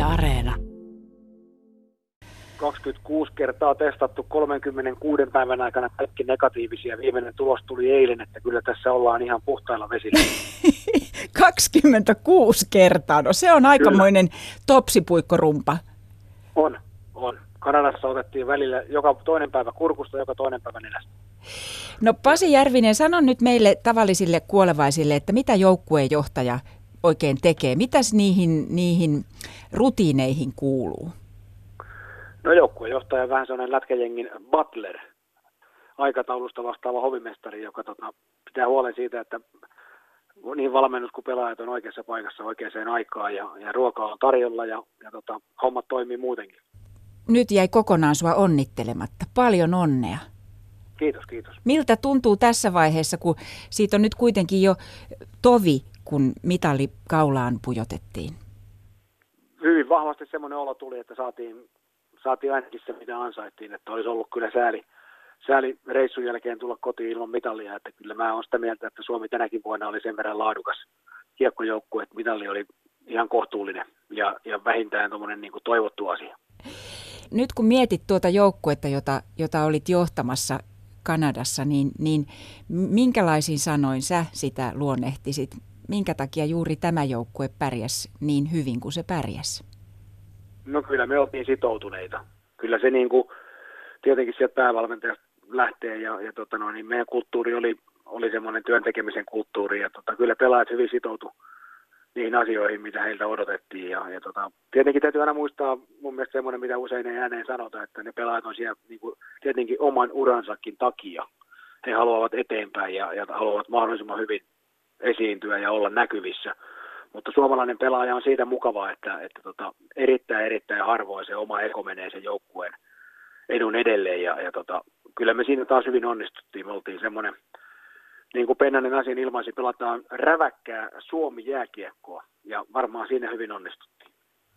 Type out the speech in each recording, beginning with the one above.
Areena. 26 kertaa testattu 36 päivän aikana kaikki negatiivisia. Viimeinen tulos tuli eilen, että kyllä tässä ollaan ihan puhtailla vesillä. 26 kertaa, no se on aikamoinen topsipuikkorumpa. On. Kanadassa otettiin välillä joka toinen päivä kurkusta, joka toinen päivä nenästä. No Pasi Järvinen, sano nyt meille tavallisille kuolevaisille, että mitä joukkueenjohtaja oikein tekee? Mitäs niihin rutiineihin kuuluu? No joukkueenjohtaja on vähän sellainen lätkäjengin butler, aikataulusta vastaava hovimestari, joka pitää huolen siitä, että niin valmennus kuin pelaajat on oikeassa paikassa oikeaan aikaan ja ruokaa on tarjolla ja hommat toimii muutenkin. Nyt jäi kokonaan sua onnittelematta. Paljon onnea. Kiitos. Miltä tuntuu tässä vaiheessa, kun siitä on nyt kuitenkin jo tovi, kun mitali kaulaan pujotettiin? Hyvin vahvasti semmoinen olo tuli, että saatiin ainakin se, mitä ansaittiin. Että olisi ollut kyllä sääli reissun jälkeen tulla kotiin ilman mitalia. Että kyllä mä oon sitä mieltä, että Suomi tänäkin vuonna oli sen verran laadukas kiekkojoukkue, että mitali oli ihan kohtuullinen ja vähintään tommoinen niin kuin toivottu asia. Nyt kun mietit tuota joukkuetta, jota olit johtamassa Kanadassa, niin minkälaisin sanoin sä sitä luonnehtisit? Minkä takia juuri tämä joukkue pärjäsi niin hyvin kuin se pärjäsi? No kyllä me oltiin sitoutuneita. Kyllä se niin kuin, tietenkin sieltä päävalmentajasta lähtee niin meidän kulttuuri oli semmoinen työn tekemisen kulttuuri ja kyllä pelaajat hyvin sitoutui niihin asioihin, mitä heiltä odotettiin. Tietenkin täytyy aina muistaa mun mielestä semmoinen, mitä usein ei ääneen sanota, että ne pelaajat on siellä niin kuin, tietenkin oman uransakin takia. He haluavat eteenpäin ja haluavat mahdollisimman hyvin esiintyä ja olla näkyvissä. Mutta suomalainen pelaaja on siitä mukava, että erittäin harvoin se oma ego menee sen joukkueen edun edelleen. Kyllä me siinä taas hyvin onnistuttiin. Me oltiin semmoinen, niin kuin Pennanen asian ilmaisi, pelataan räväkkää Suomi-jääkiekkoa ja varmaan siinä hyvin onnistuttiin.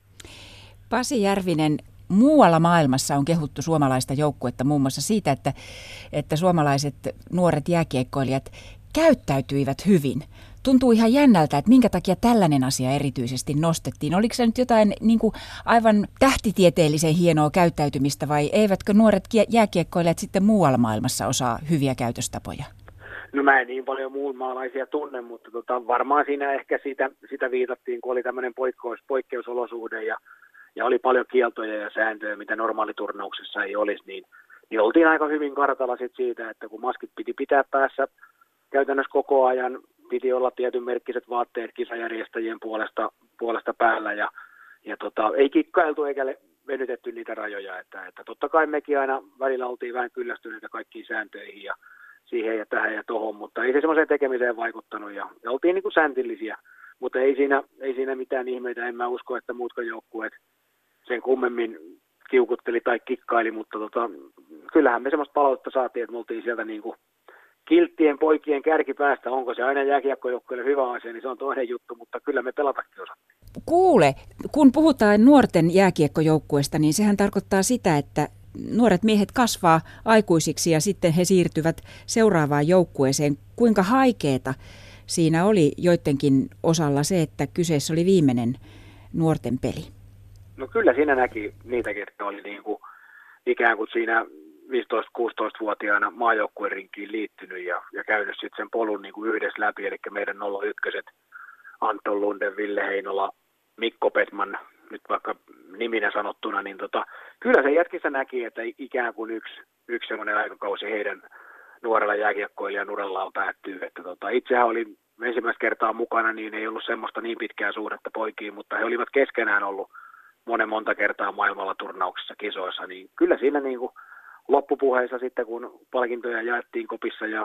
Pasi Järvinen, muualla maailmassa on kehuttu suomalaista joukkuetta muun muassa siitä, että suomalaiset nuoret jääkiekkoilijat käyttäytyivät hyvin. Tuntuu ihan jännältä, että minkä takia tällainen asia erityisesti nostettiin. Oliko se nyt jotain niin kuin aivan tähtitieteellisen hienoa käyttäytymistä vai eivätkö nuoret jääkiekkoilijat sitten muualla maailmassa osaa hyviä käytöstapoja? No mä en niin paljon muun maalaisia tunne, mutta varmaan siinä ehkä sitä viitattiin, kun oli tämmöinen poikkeusolosuhde ja oli paljon kieltoja ja sääntöjä, mitä normaaliturnauksessa ei olisi, niin oltiin aika hyvin kartalla siitä, että kun maskit piti pitää päässä käytännössä koko ajan, piti olla tietyn merkkiset vaatteet kisajärjestäjien puolesta päällä ja ei kikkailtu eikä venytetty niitä rajoja, että totta kai mekin aina välillä oltiin vähän kyllästyneitä kaikkiin sääntöihin ja siihen ja tähän ja tohon, mutta ei se semmoiseen tekemiseen vaikuttanut ja oltiin niin kuin säntillisiä, mutta ei siinä mitään ihmeitä, en mä usko, että muutkaan joukkueet sen kummemmin kiukutteli tai kikkaili, mutta kyllähän me semmoista palautetta saatiin, että me oltiin sieltä niin kuin kilttien poikien kärkipäästä, onko se aina jääkiekkojoukkueelle hyvä asia, niin se on toinen juttu, mutta kyllä me pelatakin osattiin. Kuule, kun puhutaan nuorten jääkiekkojoukkueesta, niin sehän tarkoittaa sitä, että nuoret miehet kasvaa aikuisiksi ja sitten he siirtyvät seuraavaan joukkueeseen. Kuinka haikeeta siinä oli joidenkin osalla se, että kyseessä oli viimeinen nuorten peli? No kyllä siinä näki niitä, ketkä oli niin kuin ikään kuin siinä 15-16-vuotiaana maajoukkueen rinkiin liittynyt ja käynyt sitten sen polun niin kuin yhdessä läpi, eli meidän 01 Anton Lunden, Ville Heinola, Mikko Petman, nyt vaikka niminä sanottuna, niin kyllä se jätkissä näki, että ikään kuin yksi semmoinen aikakausi heidän nuorella jääkiekkoilijan urallaan päättyy. Että itsehän oli ensimmäistä kertaa mukana, niin ei ollut semmoista niin pitkää suhdetta poikiin, mutta he olivat keskenään ollut monta kertaa maailmalla turnauksissa, kisoissa, niin kyllä siinä niin kuin loppupuheissa sitten, kun palkintoja jaettiin kopissa ja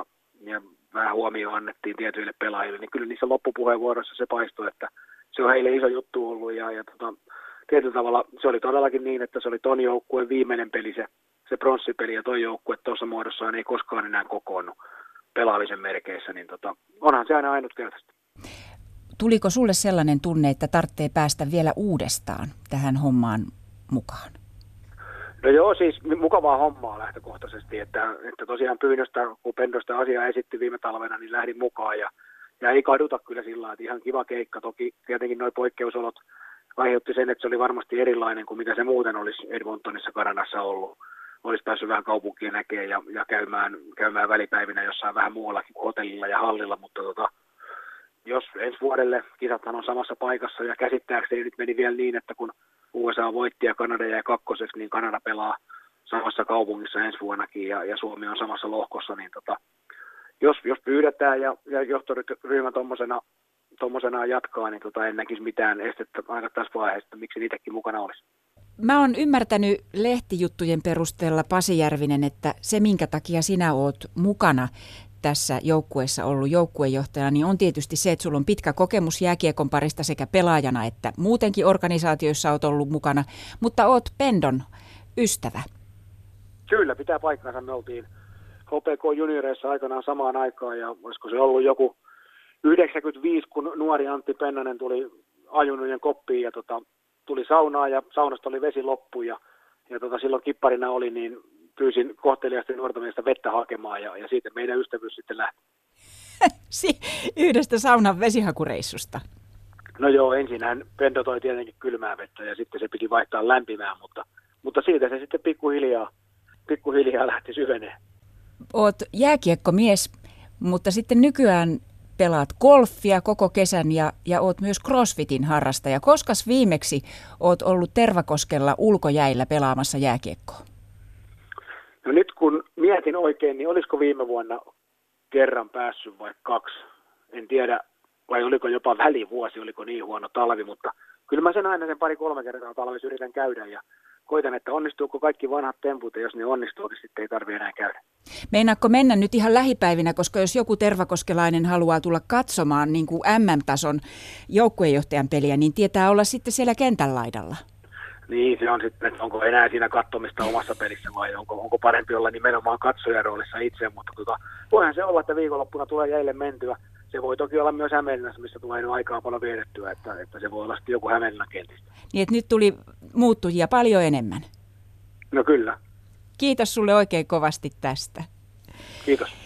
vähän huomioon annettiin tietyille pelaajille, niin kyllä niissä loppupuheenvuoroissa se paistoi, että se on heille iso juttu ollut ja tietyllä tavalla se oli todellakin niin, että se oli ton joukkueen viimeinen peli, se pronssipeli ja ton joukkue tuossa muodossaan ei koskaan enää kokoonnut pelaamisen merkeissä, niin onhan se aina ainutkertaista. Tuliko sulle sellainen tunne, että tarvitsee päästä vielä uudestaan tähän hommaan mukaan? No joo, siis mukavaa hommaa lähtökohtaisesti, että tosiaan pyynnöstä, kun Pendosta asiaa esitti viime talvena, niin lähdin mukaan ja ei kaduta kyllä sillä lailla, että ihan kiva keikka. Toki tietenkin nuo poikkeusolot aiheutti sen, että se oli varmasti erilainen kuin mitä se muuten olisi Edmontonissa Kanadassa ollut. Olisi päässyt vähän kaupunkia näkemään ja käymään välipäivinä jossain vähän muuallakin kuin hotellilla ja hallilla, mutta jos ensi vuodelle kisathan on samassa paikassa ja käsittääkseni nyt meni vielä niin, että kun USA voitti ja Kanada jäi kakkoseksi, niin Kanada pelaa samassa kaupungissa ensi vuonnakin ja Suomi on samassa lohkossa, niin jos pyydetään ja johtoryhmä tuommoisena jatkaa, niin en näkisi mitään estettä aina tässä vaiheessa, miksi niitäkin mukana olisi. Mä oon ymmärtänyt lehtijuttujen perusteella, Pasi Järvinen, että se minkä takia sinä oot mukana tässä joukkueessa ollut joukkuejohtajana, niin on tietysti se, että sulla on pitkä kokemus jääkiekon parista sekä pelaajana että muutenkin organisaatioissa oot ollut mukana, mutta oot Pendon ystävä. Kyllä, pitää paikkansa. Me oltiin HPK junioreissa aikanaan samaan aikaan ja olisiko se ollut joku 95, kun nuori Antti Pennanen tuli Ajunujen koppiin ja tuli saunaan ja saunasta oli vesi loppu ja silloin kipparina oli, niin pyysin kohteliaasti nuorta miestä vettä hakemaan ja siitä meidän ystävyys sitten lähti. Yhdestä saunan vesihakureissusta. No joo, ensinhän Pendo toi tietenkin kylmää vettä ja sitten se piti vaihtaa lämpimään, mutta siitä se sitten pikkuhiljaa lähti syveneen. Oot jääkiekkomies, mutta sitten nykyään pelaat golfia koko kesän ja oot myös crossfitin harrastaja. Koskas viimeksi oot ollut Tervakoskella ulkojäillä pelaamassa jääkiekkoa? No nyt kun mietin oikein, niin olisiko viime vuonna kerran päässyt vai 2? En tiedä, vai oliko jopa välivuosi, oliko niin huono talvi, mutta kyllä mä sen aina sen 2-3 kertaa talvissa yritän käydä ja koitan, että onnistuuko kaikki vanhat temput ja jos ne onnistuu, niin sitten ei tarvitse enää käydä. Meinaatko mennä nyt ihan lähipäivinä, koska jos joku tervakoskelainen haluaa tulla katsomaan niin kuin MM-tason joukkuejohtajan peliä, niin tietää olla sitten siellä kentän laidalla? Niin, se on sitten, että onko enää siinä katsomista omassa pelissä vai onko parempi olla nimenomaan katsojan roolissa itse, mutta voihan se olla, että viikonloppuna tulee jäille mentyä. Se voi toki olla myös Hämeenlinnassa, missä tulee aikaa paljon vietettyä, että se voi olla sitten joku Hämeenlinnan kentistä. Niin, että nyt tuli muuttujia paljon enemmän. No kyllä. Kiitos sulle oikein kovasti tästä. Kiitos.